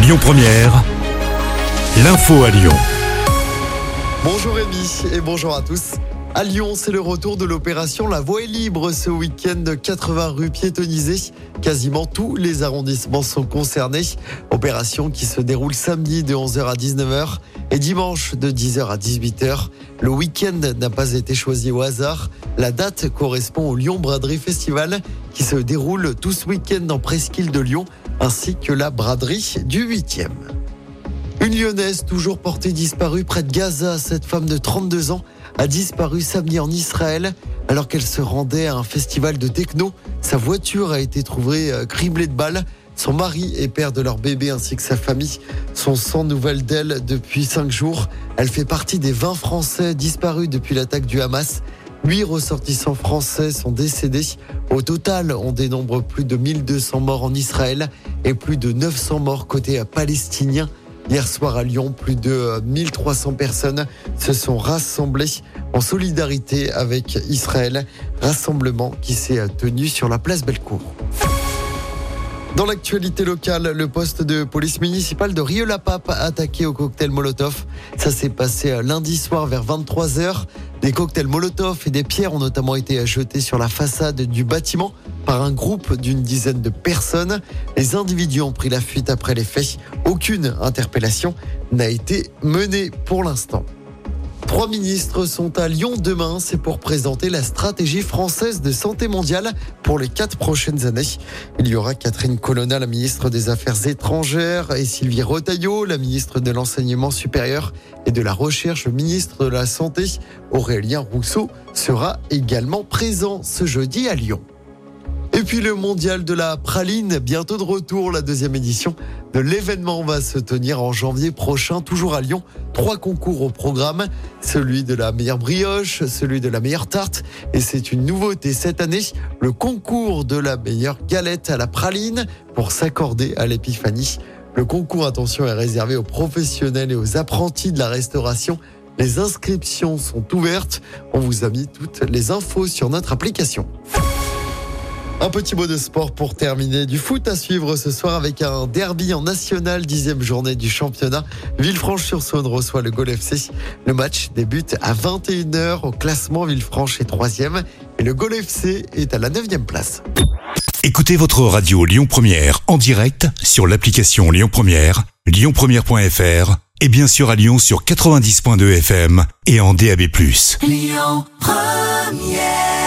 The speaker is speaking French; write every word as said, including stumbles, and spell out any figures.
Lyon Première, l'info à Lyon. Bonjour Rémi et bonjour à tous. À Lyon, c'est le retour de l'opération La Voie est libre ce week-end. quatre-vingts rues piétonnisées. Quasiment tous les arrondissements sont concernés. Opération qui se déroule samedi de onze heures à dix-neuf heures et dimanche de dix heures à dix-huit heures. Le week-end n'a pas été choisi au hasard. La date correspond au Lyon Braderie Festival qui se déroule tout ce week-end en presqu'île de Lyon, ainsi que la braderie du huitième. Une Lyonnaise toujours portée disparue près de Gaza. Cette femme de trente-deux ans a disparu samedi en Israël alors qu'elle se rendait à un festival de techno. Sa voiture a été trouvée criblée de balles. Son mari et père de leur bébé ainsi que sa famille sont sans nouvelles d'elle depuis cinq jours. Elle fait partie des vingt Français disparus depuis l'attaque du Hamas. Huit ressortissants français sont décédés. Au total, on dénombre plus de mille deux cents morts en Israël et plus de neuf cents morts côté palestinien. Hier soir à Lyon, plus de mille trois cents personnes se sont rassemblées en solidarité avec Israël. Rassemblement qui s'est tenu sur la place Bellecour. Dans l'actualité locale, le poste de police municipale de Rieux-la-Pape a attaqué au cocktail Molotov. Ça s'est passé lundi soir vers vingt-trois heures. Des cocktails Molotov et des pierres ont notamment été jetés sur la façade du bâtiment par un groupe d'une dizaine de personnes. Les individus ont pris la fuite après les faits. Aucune interpellation n'a été menée pour l'instant. Trois ministres sont à Lyon demain. C'est pour présenter la stratégie française de santé mondiale pour les quatre prochaines années. Il y aura Catherine Colonna, la ministre des Affaires étrangères, et Sylvie Retailleau, la ministre de l'Enseignement supérieur et de la Recherche, le ministre de la Santé. Aurélien Rousseau sera également présent ce jeudi à Lyon. Et puis le mondial de la praline, bientôt de retour. La deuxième édition de l'événement va se tenir en janvier prochain, toujours à Lyon. Trois concours au programme, celui de la meilleure brioche, celui de la meilleure tarte. Et c'est une nouveauté cette année, le concours de la meilleure galette à la praline pour s'accorder à l'épiphanie. Le concours, attention, est réservé aux professionnels et aux apprentis de la restauration. Les inscriptions sont ouvertes. On vous a mis toutes les infos sur notre application. Un petit mot de sport pour terminer. Du foot à suivre ce soir avec un derby en national, dixième journée du championnat. Villefranche-sur-Saône reçoit le Gol F C. Le match débute à vingt et une heures. Au classement, Villefranche est troisième et le Gol F C est à la neuvième place. Écoutez votre radio Lyon Première en direct sur l'application Lyon Première, lyon première point f r et bien sûr à Lyon sur quatre-vingt-dix point deux F M et en D A B plus. Lyon Première.